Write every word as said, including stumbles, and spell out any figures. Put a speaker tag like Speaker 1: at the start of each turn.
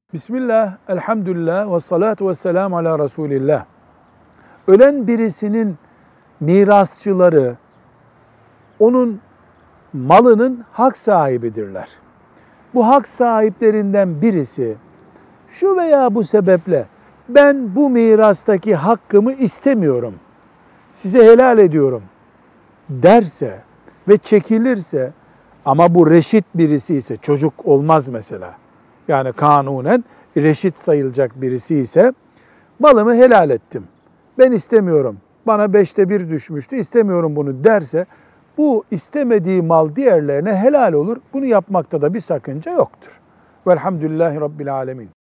Speaker 1: Bismillah, elhamdülillah ve salatu ve selamu ala Resulillah. Ölen birisinin mirasçıları, onun malının hak sahibidirler. Bu hak sahiplerinden birisi, şu veya bu sebeple ben bu mirastaki hakkımı istemiyorum, size helal ediyorum derse ve çekilirse, ama bu reşit birisi ise, çocuk olmaz mesela, yani kanunen reşit sayılacak birisi ise, malımı helal ettim, ben istemiyorum, bana beşte bir düşmüştü, istemiyorum bunu derse, bu istemediği mal diğerlerine helal olur. Bunu yapmakta da bir sakınca yoktur. Velhamdülillahi Rabbil Alemin.